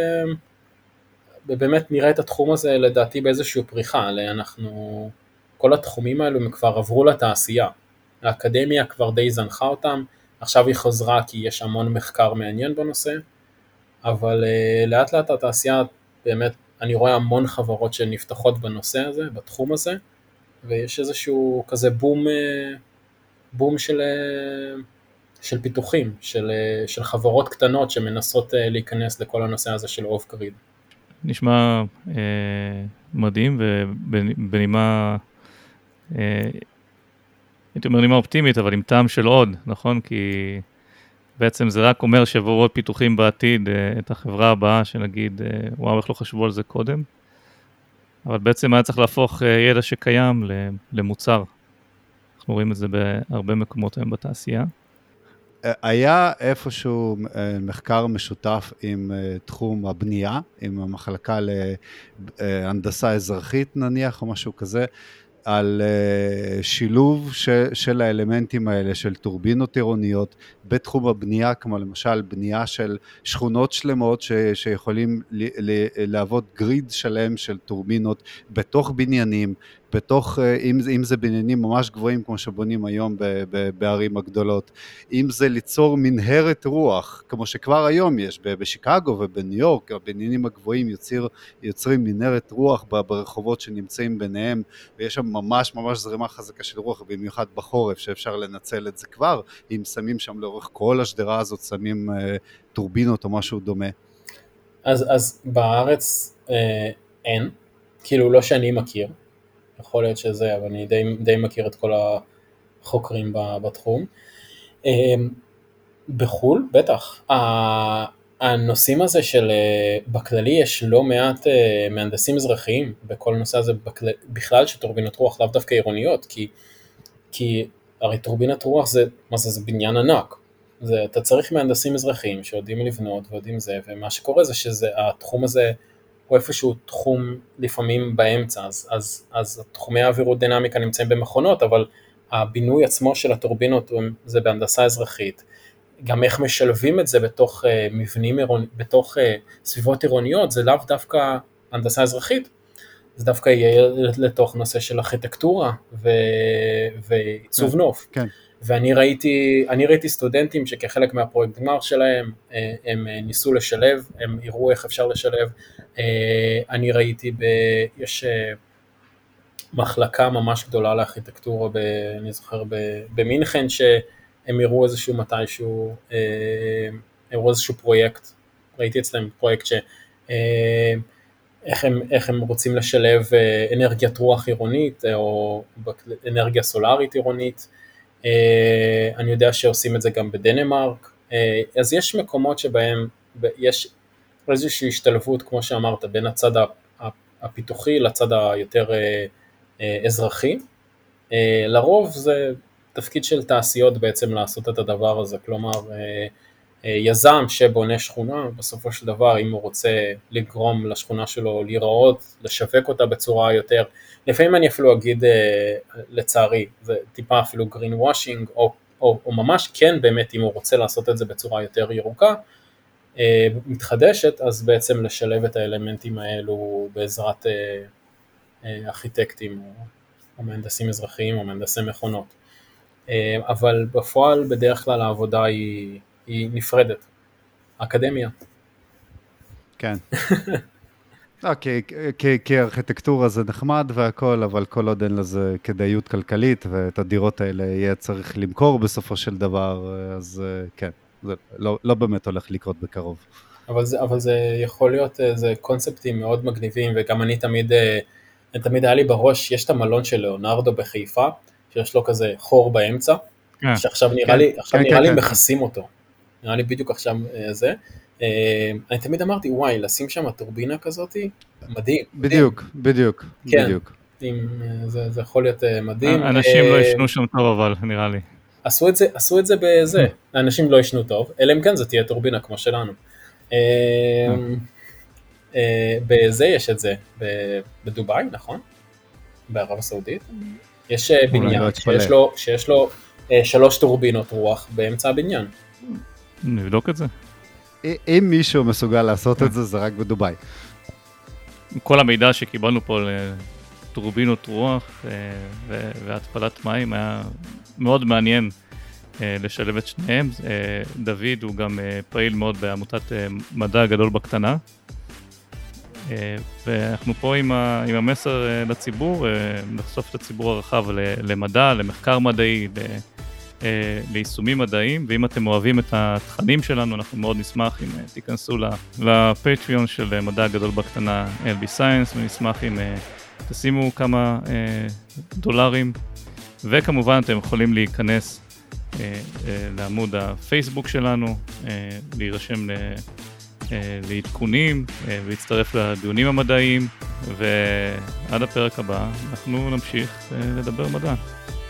באמת נראה את התחום הזה לדעתי באיזושהי פריחה. כל התחומים האלו הם כבר עברו לתעשייה, האקדמיה כבר די זנחה אותם, עכשיו היא חזרה כי יש המון מחקר מעניין בנושא, אבל לאט לאט התעשייה באמת, אני רואה המון חברות שנפתחות בנושא הזה, בתחום הזה, ויש איזשהו כזה בום של פיתוחים, של חברות קטנות שמנסות להיכנס לכל הנושא הזה של אוף גריד. נשמע מדהים, ובנימה, הייתי אומר נימה אופטימית, אבל עם טעם של עוד, נכון? כי בעצם זה רק אומר שיבואו עוד פיתוחים בעתיד, את החברה הבאה שנגיד, וואו, איך לא חשבו על זה קודם, אבל בעצם היה צריך להפוך ידע שקיים למוצר. אנחנו רואים את זה בהרבה מקומות היום בתעשייה. היה איפשהו מחקר משותף עם תחום הבנייה, עם המחלקה להנדסה אזרחית נניח או משהו כזה, על שילוב של האלמנטים האלה של טורבינות עירוניות בתחום הבנייה, כמו למשל בנייה של שכונות שלמות שיכולים לעבוד גריד שלם של טורבינות בתוך בניינים, אם זה בניינים ממש גבוהים כמו שבונים היום בערים הגדולות, אם זה ליצור מנהרת רוח, כמו שכבר היום יש בשיקגו ובניו יורק, הבניינים הגבוהים יוצרים מנהרת רוח ברחובות שנמצאים ביניהם, ויש שם ממש זרימה חזקה של רוח, במיוחד בחורף שאפשר לנצל את זה כבר, אם שמים שם לאורך כל השדרה הזאת, שמים טורבינות או משהו דומה. אז בארץ אין, כאילו לא שאני מכיר, יכול להיות שזה, אבל אני די מכיר את כל החוקרים בתחום. בחול, בטח. הנושאים הזה של, בכללי יש לא מעט מהנדסים אזרחיים, בכל הנושא הזה בכלל של טורבינות רוח, לאו דווקא עירוניות, כי הרי טורבינת רוח זה בניין ענק. אתה צריך מהנדסים אזרחיים שיודעים לבנות ויודעים זה, ומה שקורה זה שהתחום הזה הוא איפשהו תחום לפעמים באמצע, אז תחומי האווירודינמיקה נמצאים במכונות, אבל הבינוי עצמו של הטורבינות זה בהנדסה אזרחית. גם איך משלבים את זה בתוך מבנים בתוך סביבות עירוניות, זה לאו דווקא הנדסה אזרחית, זה דווקא יהיה לתוך נושא של ארכיטקטורה ועיצוב נוף. כן. ואני ראיתי סטודנטים שכחלק מהפרויקט גמר שלהם, הם ניסו לשלב, הם יראו איך אפשר לשלב. אני ראיתי, יש מחלקה ממש גדולה לארכיטקטורה, אני זוכר במינכן, שהם יראו איזשהו מתישהו, יראו איזשהו פרויקט, ראיתי אצלם פרויקט איך הם רוצים לשלב אנרגיית רוח עירונית, או אנרגיה סולארית עירונית. אני יודע שעושים את זה גם בדנמרק, אז יש מקומות שבהם יש איזושהי השתלבות, כמו שאמרת, בין הצד הפיתוחי לצד היותר אזרחי. לרוב זה תפקיד של תעשיות בעצם לעשות את הדבר הזה, כלומר יזם שבונה שכונה, בסופו של דבר אם הוא רוצה לגרום לשכונה שלו להיראות, לשווק אותה בצורה יותר, לפעמים אני אפילו אגיד לצערי, זה טיפה אפילו green washing, או ממש כן באמת אם הוא רוצה לעשות את זה בצורה יותר ירוקה, מתחדשת, אז בעצם לשלב את האלמנטים האלו בעזרת ארכיטקטים או מהנדסים אזרחיים או מהנדסי מכונות. אבל בפועל בדרך כלל העבודה היא נפרדת, אקדמיה. כן. כי ארכיטקטורה זה נחמד והכל, אבל כל עוד אין לזה כדאיות כלכלית, ואת הדירות האלה יהיה צריך למכור בסופו של דבר, אז כן, זה לא באמת הולך לקרות בקרוב. אבל זה יכול להיות, זה קונספטים מאוד מגניבים, וגם אני תמיד היה לי בראש, יש את המלון של ליאונרדו בחיפה, שיש לו כזה חור באמצע, שעכשיו נראה לי מכסים אותו. נראה לי בדיוק עכשיו זה. אני תמיד אמרתי, וואי, לשים שם טורבינה כזאת, מדהים. בדיוק. זה יכול להיות מדהים. אנשים לא ישנו שם טוב, אבל נראה לי. עשו את זה בזה. האנשים לא ישנו טוב, אלא אם כן זה תהיה טורבינה כמו שלנו. בזה יש את זה, בדובאי, נכון? בערב הסעודית. יש בניין שיש לו 3 טורבינות רוח באמצע הבניין. נבדוק את זה. אם מישהו מסוגל לעשות את זה, זה רק בדובאי. כל המידע שקיבלנו פה לטורבינות רוח והתפלת מים היה מאוד מעניין לשלב את שניהם. דוד הוא גם פעיל מאוד בעמותת מדע הגדול בקטנה. ואנחנו פה עם המסר לציבור, לחשוף את הציבור הרחב למדע, למחקר מדעי, ליישומים מדעיים, ואם אתם אוהבים את התכנים שלנו, אנחנו מאוד נשמח אם תיכנסו לפטריון של מדע הגדול בקטנה LB Science, ונשמח אם תשימו כמה דולרים, וכמובן אתם יכולים להיכנס לעמוד הפייסבוק שלנו, להירשם לעדכונים, ולהצטרף לדיונים המדעיים, ועד הפרק הבא אנחנו נמשיך לדבר מדע.